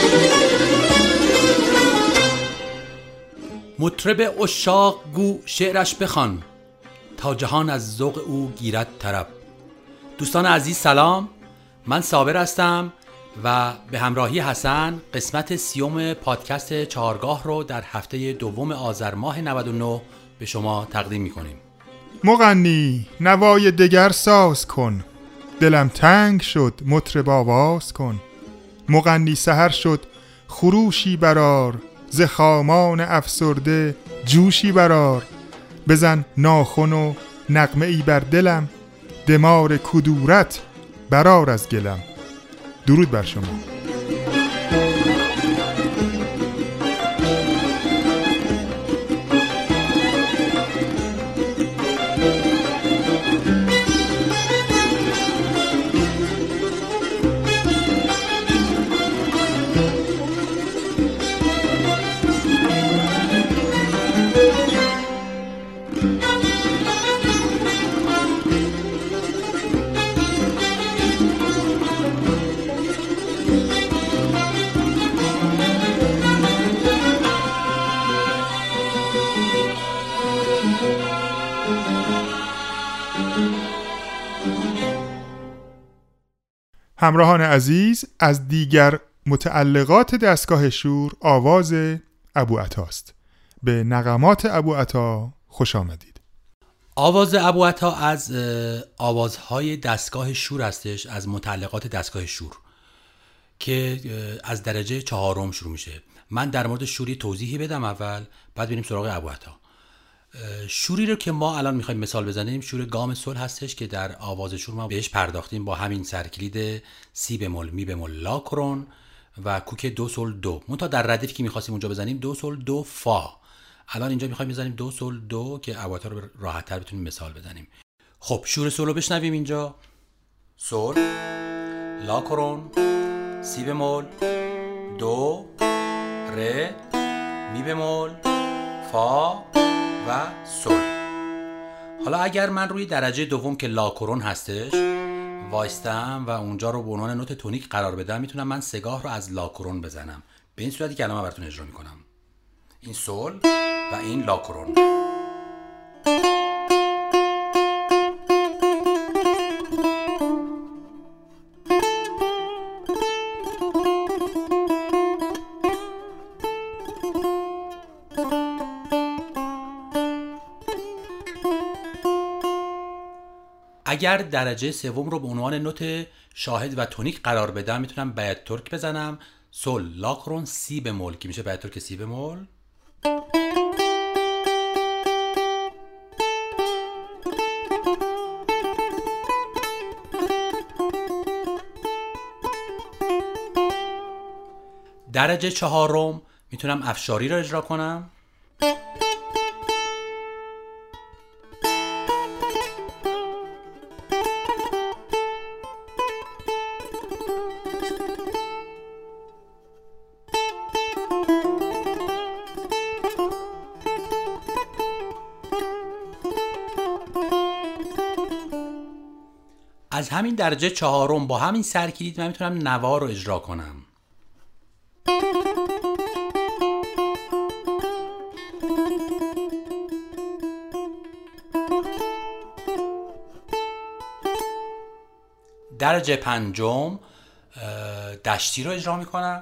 مطرب عشاق گو شعرش بخوان، تا جهان از ذوق او گیرد طرب. دوستان عزیز سلام، من صابر هستم و به همراهی حسن قسمت 30 پادکست چهارگاه رو در هفته دوم آذر ماه 99 به شما تقدیم میکنیم. مغنی نوای دگر ساز کن، دلم تنگ شد مطرب آواز کن. مغنی سحر شد خروشی برار، ز خامان افسرده جوشی برار. بزن ناخن و نغمه ای بر دلم، دمار کدورت برار از گلم. درود بر شما. همراهان عزیز، از دیگر متعلقات دستگاه شور آواز ابوعطاست. به نغمات ابوعطا خوش آمدید. آواز ابوعطا از آوازهای دستگاه شور هستش، از متعلقات دستگاه شور که از درجه 4 شروع میشه. من در مورد شوری توضیحی بدم اول، بعد بریم سراغ ابوعطا. شوری رو که ما الان میخوایم مثال بزنیم شور گام صلح هستش که در آواز شور ما بهش پرداختیم با همین سرکلید سی بمول می بمول لا کرون و کوک دو سل دو. منتها در ردیفی که میخواستیم اونجا بزنیم دو سل دو فا. الان اینجا میخوایم بزنیم دو سل دو که ابوعطا رو راحت تر بتونیم مثال بزنیم. خب شور سل رو بشنویم. اینجا سل، لا کرون، سی بمول، دو، ره، می بمول، فا و سل. حالا اگر من روی درجه دوم که لا کرون هستش وایستم و اونجا رو به عنوان نوت تونیک قرار بدم، میتونم من سگاه رو از لا کرون بزنم به این صورتی که الان من براتون اجرا میکنم. این سل و این لا کرون. اگر درجه سوم رو به عنوان نوت شاهد و تونیک قرار بدم میتونم بیت ترک بزنم. سل، لا کرون، سی بمول که میشه بیت ترک سی بمول. درجه 4 میتونم افشاری رو اجرا کنم. از همین درجه 4 با همین سرکلید من میتونم نوا رو اجرا کنم. درجه 5 دشتی رو اجرا میکنم.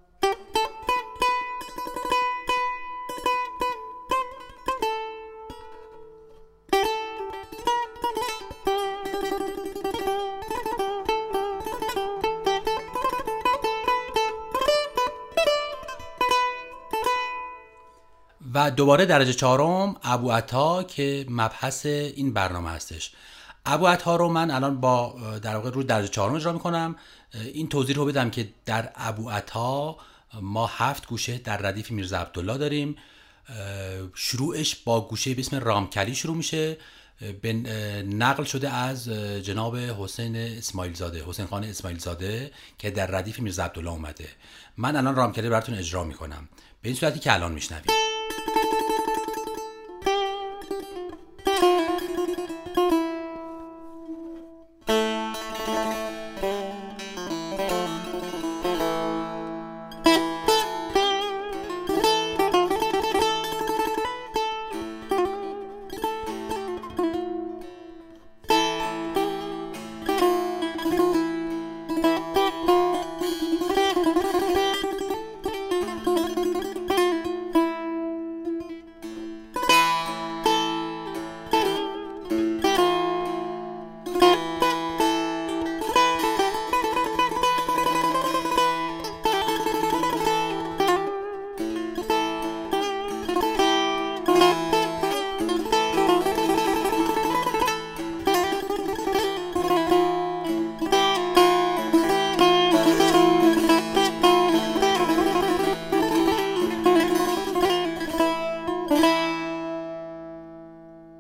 و دوباره درجه 4 ابوعطا که مبحث این برنامه هستش. ابوعطا رو من الان با در واقع رو درجه 4 اجرا میکنم. این توضیح رو بدم که در ابوعطا ما 7 گوشه در ردیف میرزا عبدالله داریم. شروعش با گوشه به اسم رامکلی شروع میشه، به نقل شده از جناب حسین خان اسماعیل زاده که در ردیف میرزا عبدالله اومده. من الان رامکلی براتون اجرا میکنم به این صورتی که الان میشنوید.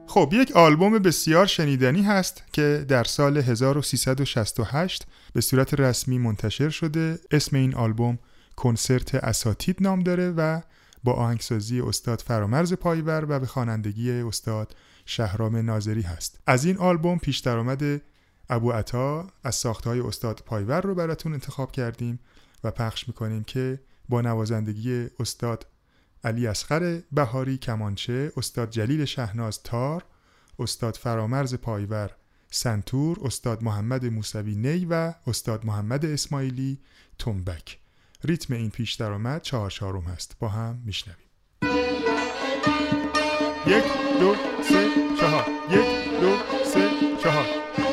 خب یک آلبوم بسیار شنیدنی هست که در سال 1368 به صورت رسمی منتشر شده. اسم این آلبوم کنسرت اساتید نام داره و با آهنگسازی استاد فرامرز پایور و به خوانندگی استاد شهرام ناظری هست. از این آلبوم پیش درآمد ابوعطا از ساختهای استاد پایور رو براتون انتخاب کردیم و پخش میکنیم که با نوازندگی استاد علی اصغر بهاری کمانچه، استاد جلیل شهناز تار، استاد فرامرز پایور سنتور، استاد محمد موسوی نی و استاد محمد اسماعیلی تنبک. ریتم این پیش درآمد 4/4 هست. با هم میشنویم. 1 2 3 4 1 2 3 4.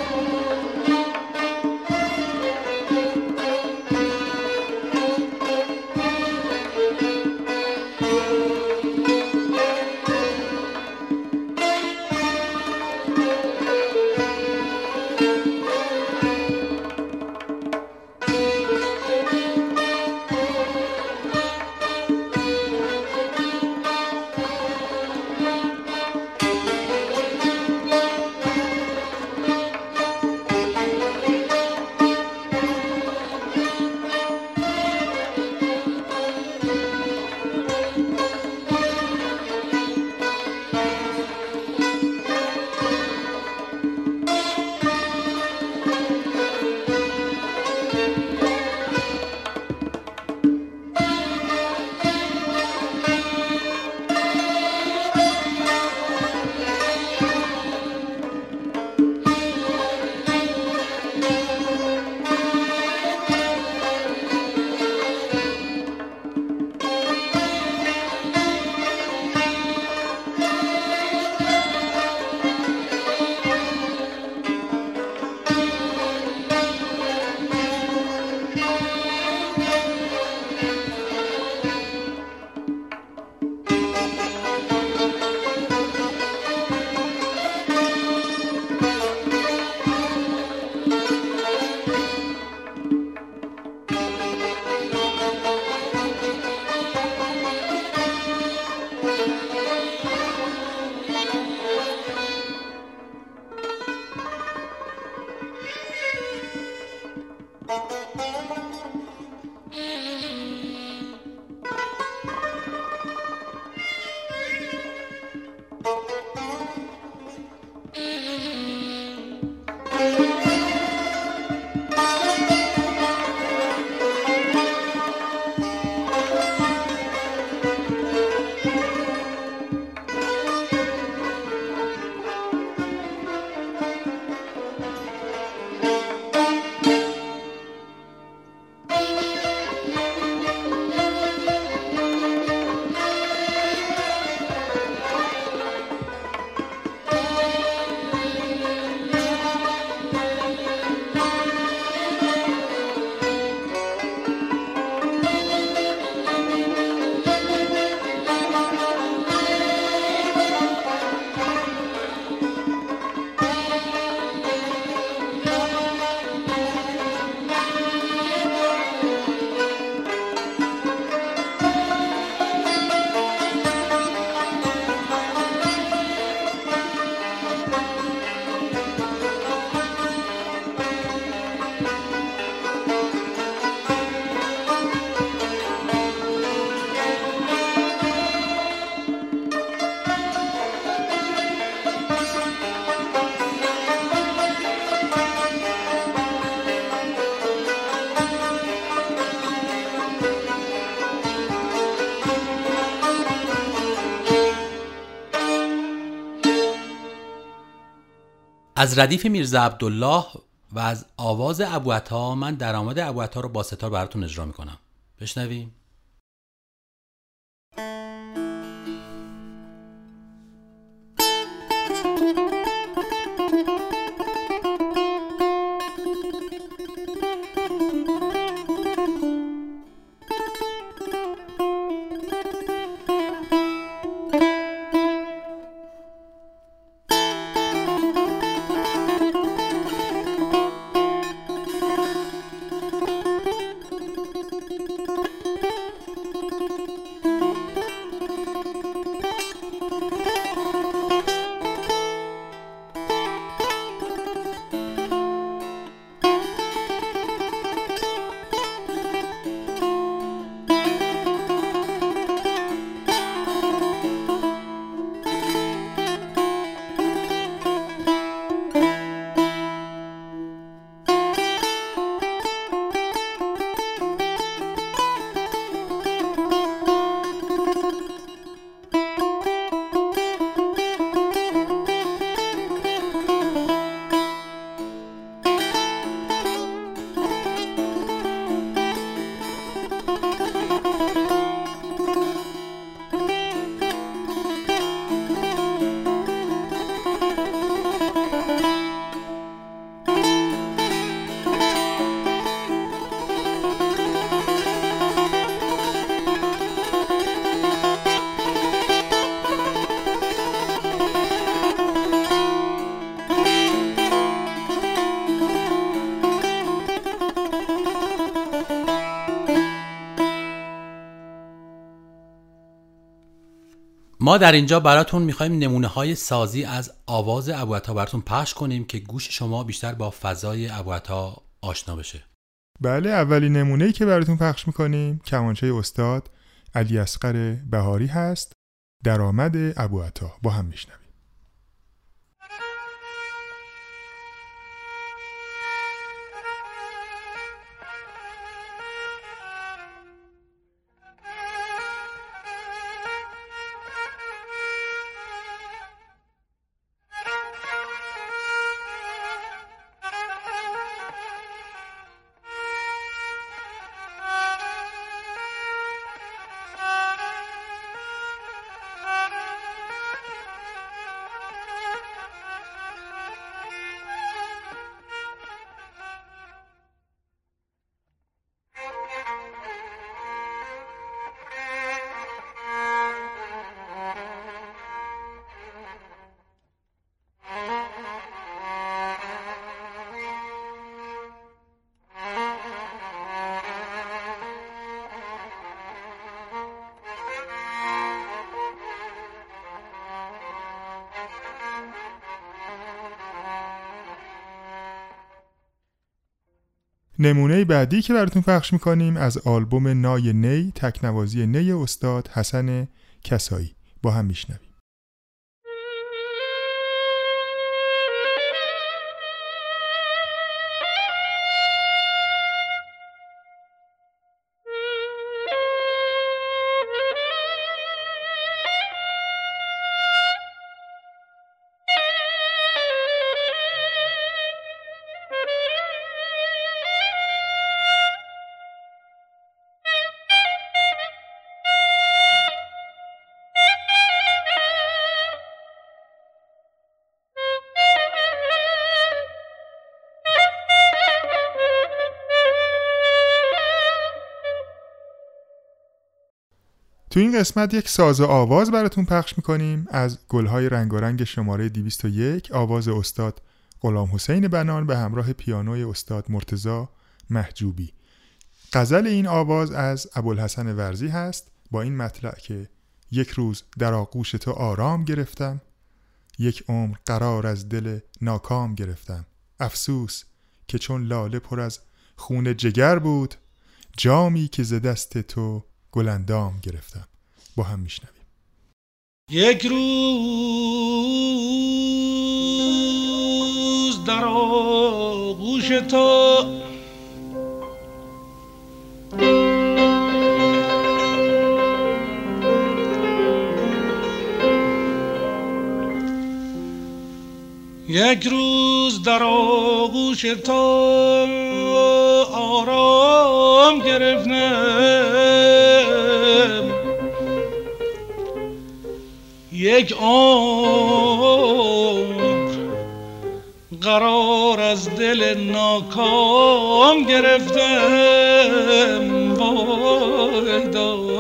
از ردیف میرزا عبدالله و از آواز ابوعطا من درآمد ابوعطا رو با ستار براتون اجرا میکنم. بشنویم. ما در اینجا براتون میخوایم نمونه های سازی از آواز ابوعطا براتون پخش کنیم که گوش شما بیشتر با فضای ابوعطا آشنا بشه. بله، اولین نمونه‌ای که براتون پخش میکنیم کمانچه استاد علی اصغر بهاری هست، درآمد ابوعطا. با هم میشنویم. نمونه بعدی که براتون پخش میکنیم از آلبوم نای نی، تکنوازی نی استاد حسن کسایی. با هم میشنویم. تو این قسمت یک ساز آواز براتون پخش میکنیم از گلهای رنگارنگ شماره 201، آواز استاد غلام حسین بنان به همراه پیانوی استاد مرتضی محجوبی. غزل این آواز از ابوالحسن ورزی هست با این مطلع که یک روز در آغوش تو آرام گرفتم، یک عمر قرار از دل ناکام گرفتم، افسوس که چون لاله پر از خون جگر بود، جامی که ز دست تو گلندام گرفتم. با هم میشنویم. یک روز در آغوش تو یک روز در آغوش تو آرام گرفتم، یک عمر قرار از دل ناکام گرفتم. وای داد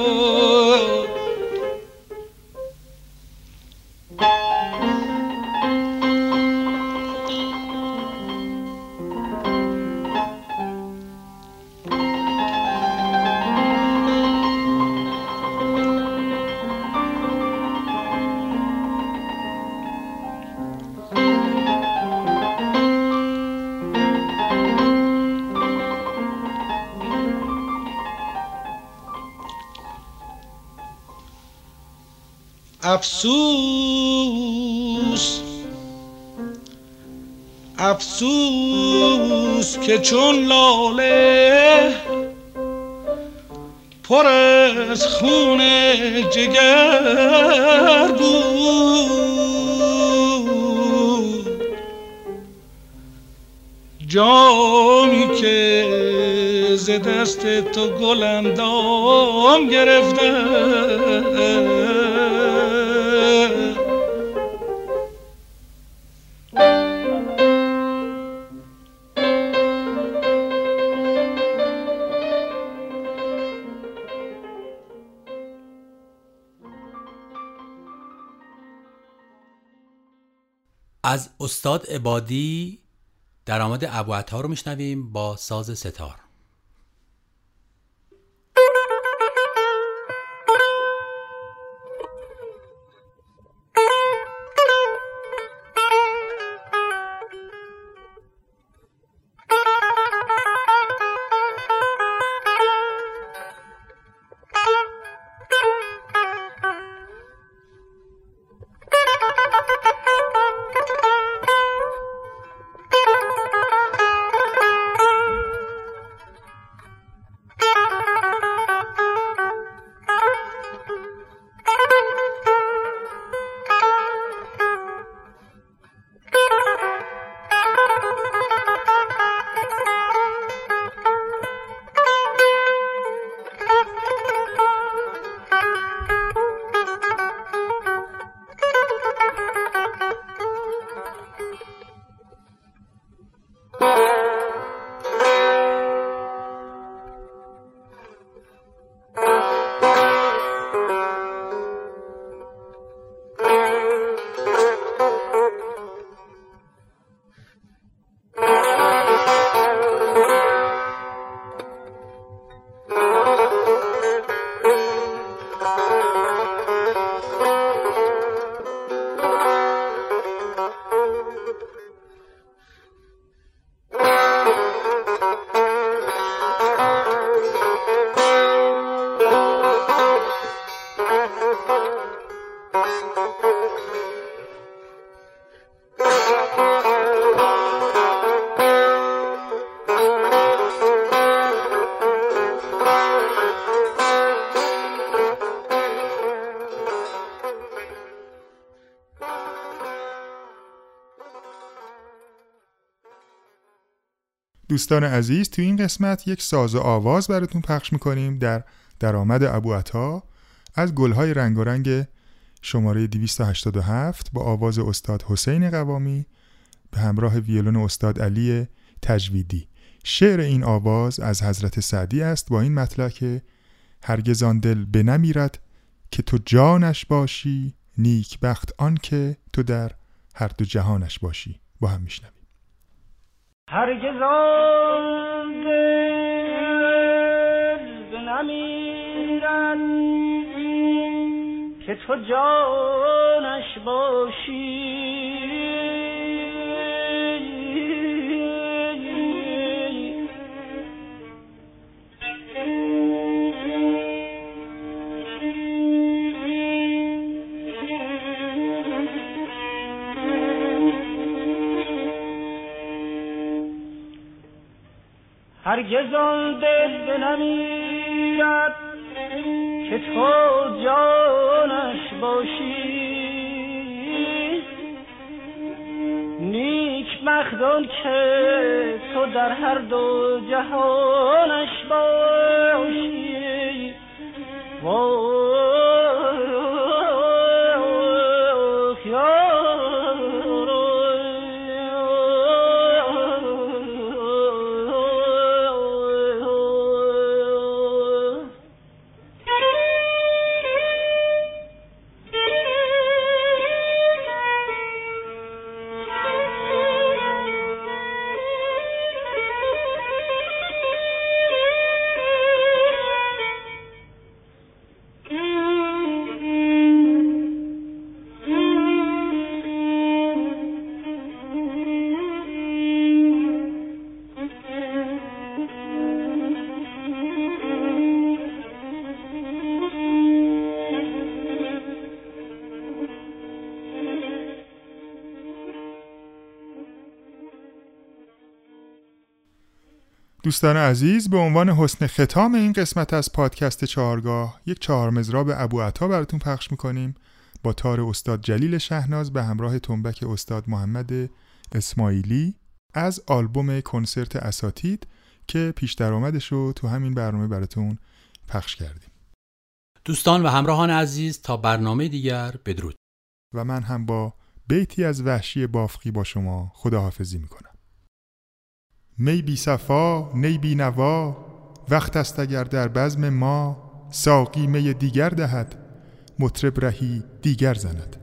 افسوس که چون لاله پر از خون جگر بود، جامی که ز دست تو گلندام گرفتم. از استاد عبادی درآمد ابوعطا رو میشنویم با ساز ستار. دوستان عزیز، تو این قسمت یک ساز و آواز براتون پخش میکنیم در درآمد ابوعطا از گلهای رنگارنگ شماره 287 با آواز استاد حسین قوامی به همراه ویولون استاد علی تجویدی. شعر این آواز از حضرت سعدی است با این مطلع که هرگز آن دل بنمیرد که تو جانش باشی، نیک بخت آن که تو در هر دو جهانش باشی. با هم میشنویم. هرگز آن دل بنمیرد که تو جانش باشی، هرگز آن دل بنمیرد که تو جانش باشی، نیک بخت آن که تو در هر دو جهانش باشی. دوستان عزیز، به عنوان حسن ختام این قسمت از پادکست چهارگاه یک چهار مزراب ابوعطا براتون پخش میکنیم با تار استاد جلیل شهناز به همراه تنبک استاد محمد اسماعیلی از آلبوم کنسرت اساتید که پیش درآمدش رو تو همین برنامه براتون پخش کردیم. دوستان و همراهان عزیز، تا برنامه دیگر بدرود. و من هم با بیتی از وحشی بافقی با شما خداحافظی میکنم. می بی صفا نی بی نوا، وقت است اگر در بزم ما، ساقی می دیگر دهد، مطرب رهی دیگر زند.